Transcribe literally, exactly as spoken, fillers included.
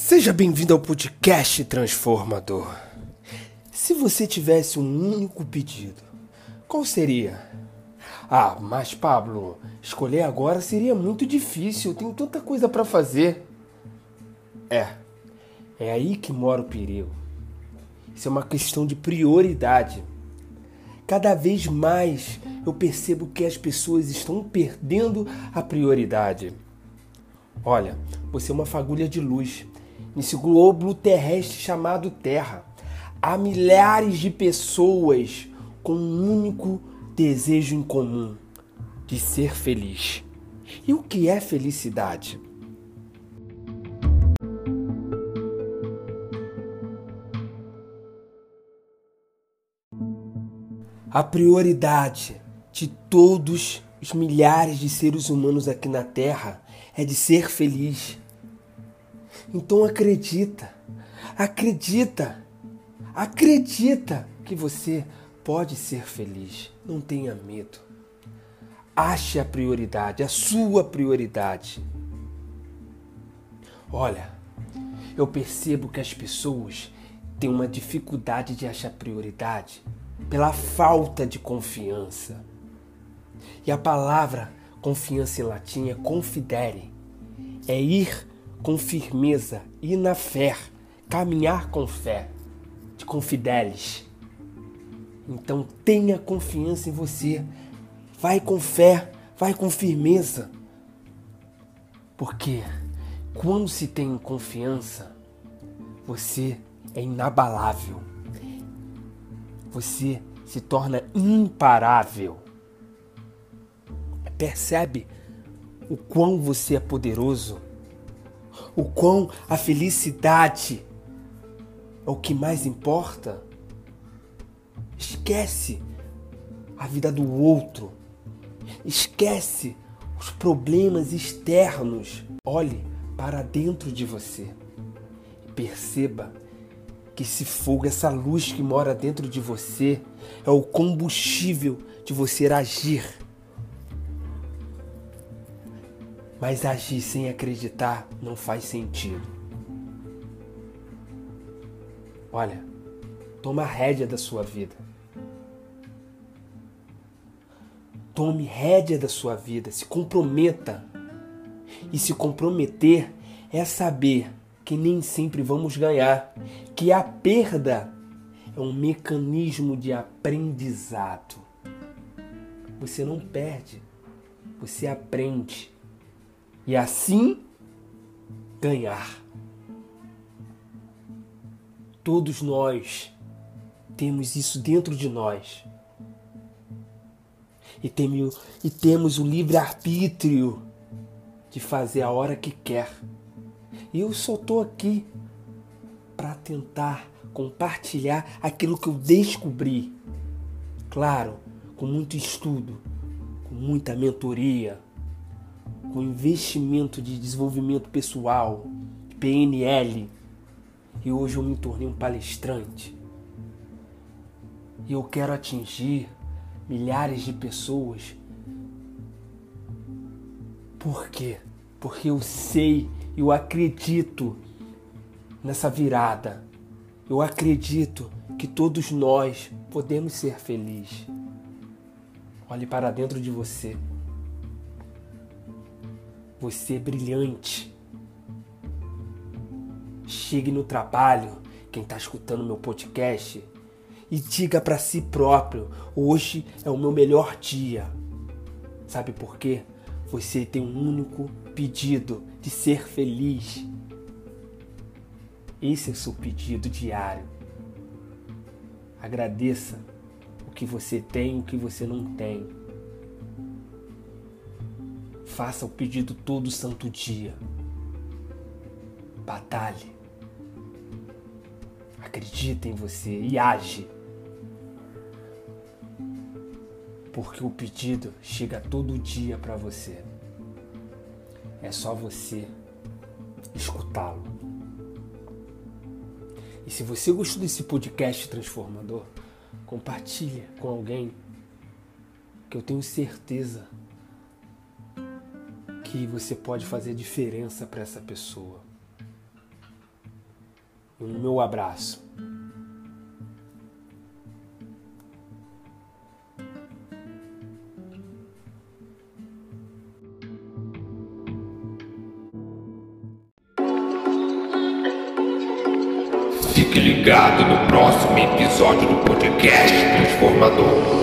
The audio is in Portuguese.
Seja bem-vindo ao podcast Transformador. Se você tivesse um único pedido, qual seria? Ah, mas Pablo, escolher agora seria muito difícil, eu tenho tanta coisa para fazer. É, é aí que mora o perigo. Isso é uma questão de prioridade. Cada vez mais eu percebo que as pessoas estão perdendo a prioridade. Olha, você é uma fagulha de luz nesse globo terrestre chamado Terra. Há milhares de pessoas com um único desejo em comum, de ser feliz. E o que é felicidade? A prioridade de todos os milhares de seres humanos aqui na Terra é de ser feliz. Então acredita, acredita, acredita que você pode ser feliz. Não tenha medo. Ache a prioridade, a sua prioridade. Olha, eu percebo que as pessoas têm uma dificuldade de achar prioridade pela falta de confiança. E a palavra confiança em latim é confidere, é ir com firmeza, ir na fé, caminhar com fé, de confideles. Então tenha confiança em você, vai com fé, vai com firmeza. Porque quando se tem confiança, você é inabalável, você se torna imparável. Percebe o quão você é poderoso? O quão a felicidade é o que mais importa? Esquece a vida do outro. Esquece os problemas externos. Olhe para dentro de você e perceba que esse fogo, essa luz que mora dentro de você é o combustível de você agir. Mas agir sem acreditar não faz sentido. Olha, toma a rédea da sua vida. Tome rédea da sua vida, se comprometa. E se comprometer é saber que nem sempre vamos ganhar, que a perda é um mecanismo de aprendizado. Você não perde, você aprende. E assim, ganhar. Todos nós temos isso dentro de nós. E temos, e temos o livre-arbítrio de fazer a hora que quer. E eu só estou aqui para tentar compartilhar aquilo que eu descobri. Claro, com muito estudo, com muita mentoria, com investimento de desenvolvimento pessoal, P N L. E hoje eu me tornei um palestrante. E eu quero atingir milhares de pessoas. Por quê? Porque eu sei, eu acredito nessa virada. Eu acredito que todos nós podemos ser felizes. Olhe para dentro de você. Você é brilhante. Chegue no trabalho, quem está escutando meu podcast, e diga para si próprio: hoje é o meu melhor dia. Sabe por quê? Você tem um único pedido de ser feliz. Esse é o seu pedido diário. Agradeça o que você tem e o que você não tem. Faça o pedido todo santo dia. Batalhe. Acredite em você e age. Porque o pedido chega todo dia para você. É só você escutá-lo. E se você gostou desse podcast transformador, compartilhe com alguém, que eu tenho certeza que você pode fazer diferença para essa pessoa. e no meu abraço. Fique ligado no próximo episódio do podcast Transformador.